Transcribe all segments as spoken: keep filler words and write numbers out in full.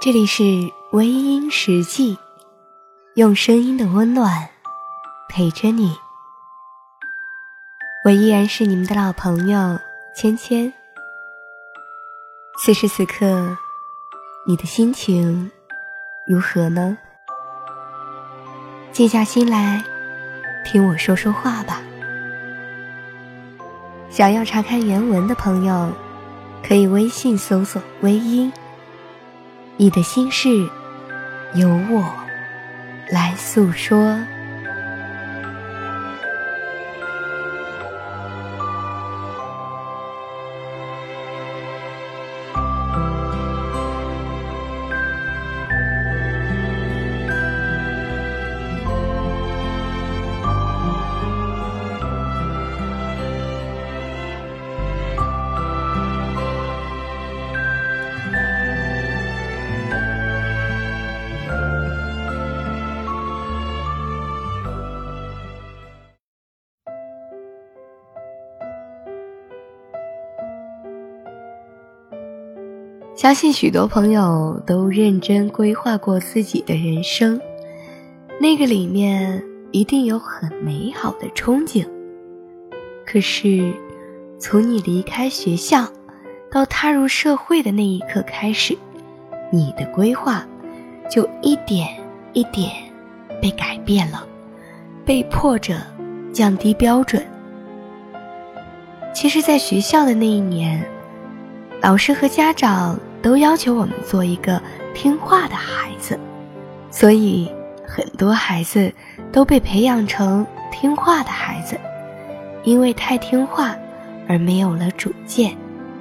这里是微音时记，用声音的温暖陪着你。我依然是你们的老朋友芊芊。此时此刻，你的心情如何呢？静下心来，听我说说话吧。想要查看原文的朋友，可以微信搜索微音，你的心事由我来诉说。相信许多朋友都认真规划过自己的人生，那个里面一定有很美好的憧憬。可是从你离开学校到踏入社会的那一刻开始，你的规划就一点一点被改变了，被迫着降低标准。其实在学校的那一年，老师和家长都要求我们做一个听话的孩子，所以很多孩子都被培养成听话的孩子，因为太听话而没有了主见。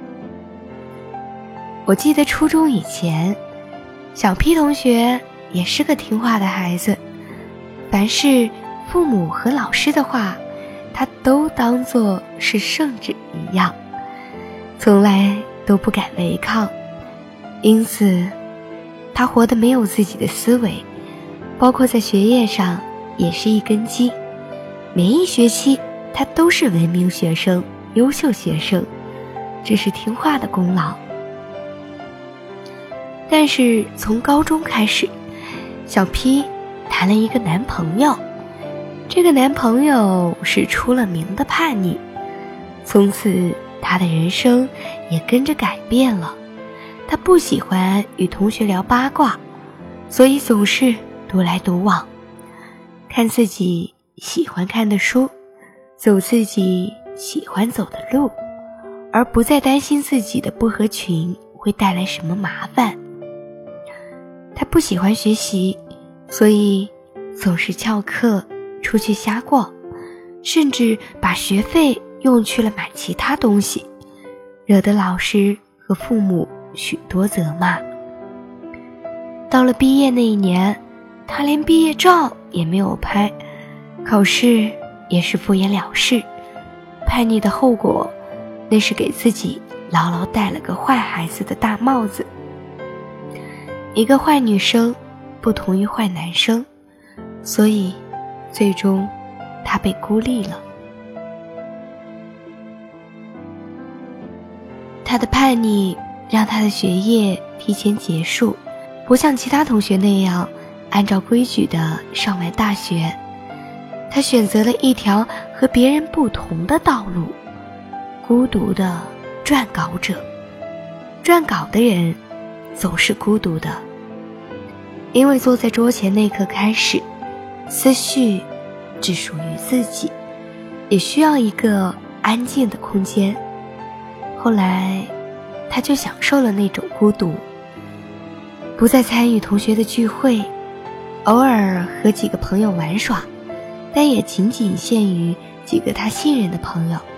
我记得初中以前，小 P 同学也是个听话的孩子，凡是父母和老师的话，他都当作是圣旨一样，从来都不敢违抗。因此他活得没有自己的思维，包括在学业上也是一根筋，每一学期他都是文明学生、优秀学生，这是听话的功劳。但是从高中开始，小 P 谈了一个男朋友，这个男朋友是出了名的叛逆，从此他的人生也跟着改变了。他不喜欢与同学聊八卦，所以总是独来独往，看自己喜欢看的书，走自己喜欢走的路，而不再担心自己的不合群会带来什么麻烦。他不喜欢学习，所以总是翘课出去瞎逛，甚至把学费用去了买其他东西，惹得老师和父母许多责骂。到了毕业那一年，他连毕业照也没有拍，考试也是敷衍了事。叛逆的后果，那是给自己牢牢戴了个坏孩子的大帽子。一个坏女生不同于坏男生，所以最终他被孤立了。他的叛逆让他的学业提前结束，不像其他同学那样按照规矩的上完大学，他选择了一条和别人不同的道路，孤独的撰稿者。撰稿的人总是孤独的，因为坐在桌前那刻开始，思绪只属于自己，也需要一个安静的空间。后来他就享受了那种孤独，不再参与同学的聚会，偶尔和几个朋友玩耍，但也仅仅限于几个他信任的朋友。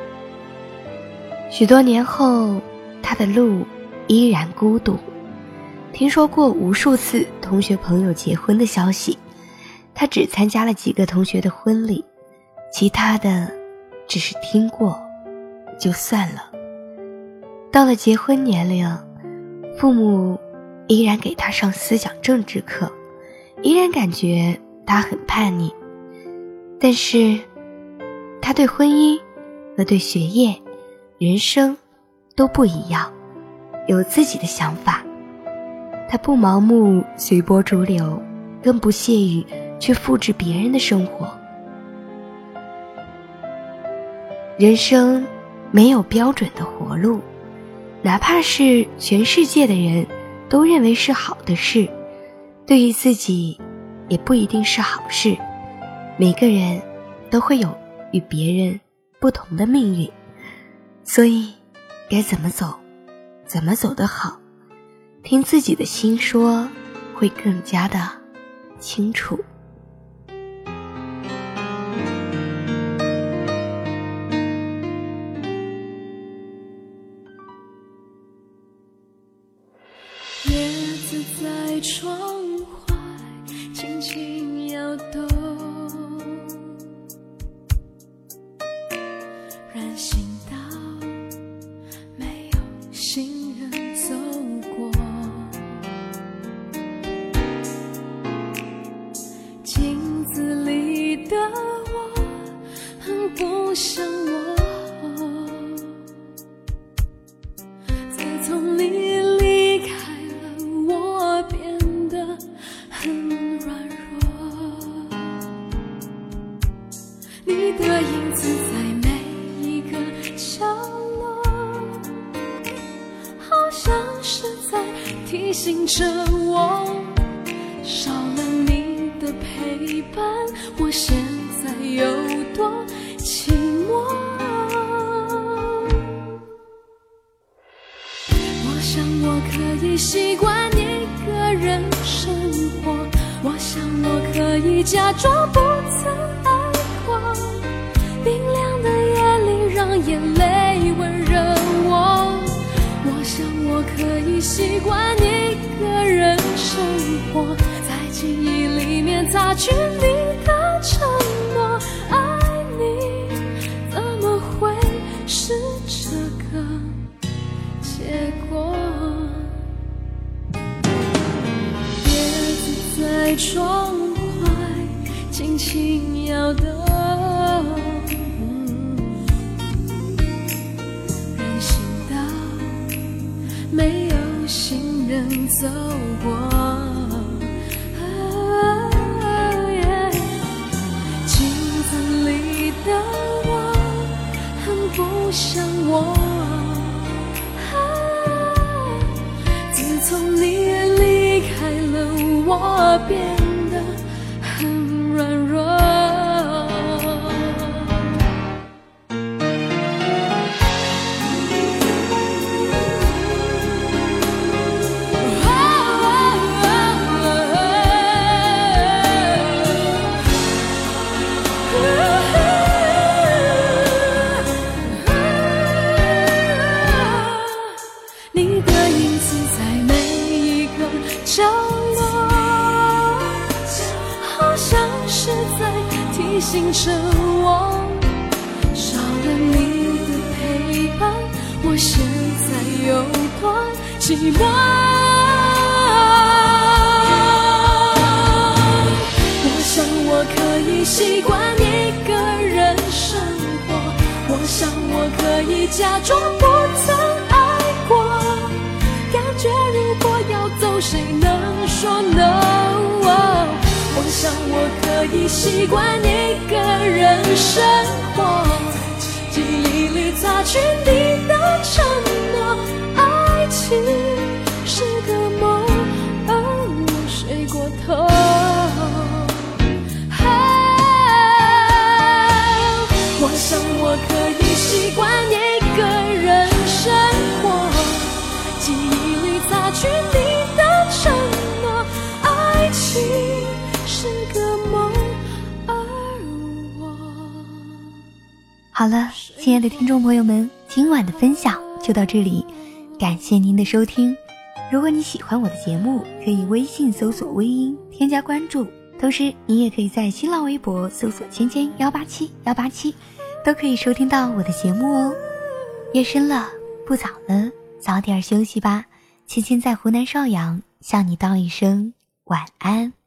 许多年后，他的路依然孤独，听说过无数次同学朋友结婚的消息，他只参加了几个同学的婚礼，其他的只是听过就算了。到了结婚年龄，父母依然给他上思想政治课，依然感觉他很叛逆，但是他对婚姻和对学业、人生都不一样，有自己的想法。 他不盲目随波逐流，更不屑于去复制别人的生活。人生没有标准的活路，哪怕是全世界的人都认为是好的事，对于自己也不一定是好事。每个人都会有与别人不同的命运，所以该怎么走，怎么走得好，听自己的心说，会更加的清楚。 叶子在窗外轻轻摇动，人行道没有行人走过，镜子里的我很不像我，自从你离开了，我变得很软弱，你的影子在每一个角落，好像是在提醒着我，少了你的陪伴，我现在有多寂寞。我想我可以习惯一个人生活，我想我可以假装不曾爱过，冰凉的夜里让眼泪温热我，我想我可以习惯一个人生活，在记忆里面擦去你的承诺，爱你怎么会是这个结果？叶子在窗外轻轻摇动，人行道没有行人走过，镜子里的我很不像我，自从你离开了，我变得很软弱。你的影子在每一个角落，好像是在提醒着我，少了你的陪伴，我现在有多寂寞。我想我可以习惯一个人生活，我想我可以假装不曾爱过，感觉如果要走，谁能说 no？ 我想我可以习惯一个人生活，记忆里擦去你的承诺，爱情是个梦，而我睡过头。我想我可以习惯一个人生活，记忆里擦去你的承诺，爱情是个梦，而我…… 好了，亲爱的听众朋友们，今晚的分享就到这里，感谢您的收听。如果你喜欢我的节目，可以微信搜索微音添加关注，同时你也可以在新浪微博搜索芊芊幺八七幺八七，都可以收听到我的节目哦。夜深了，不早了，早点休息吧。芊芊在湖南邵阳向你道一声晚安。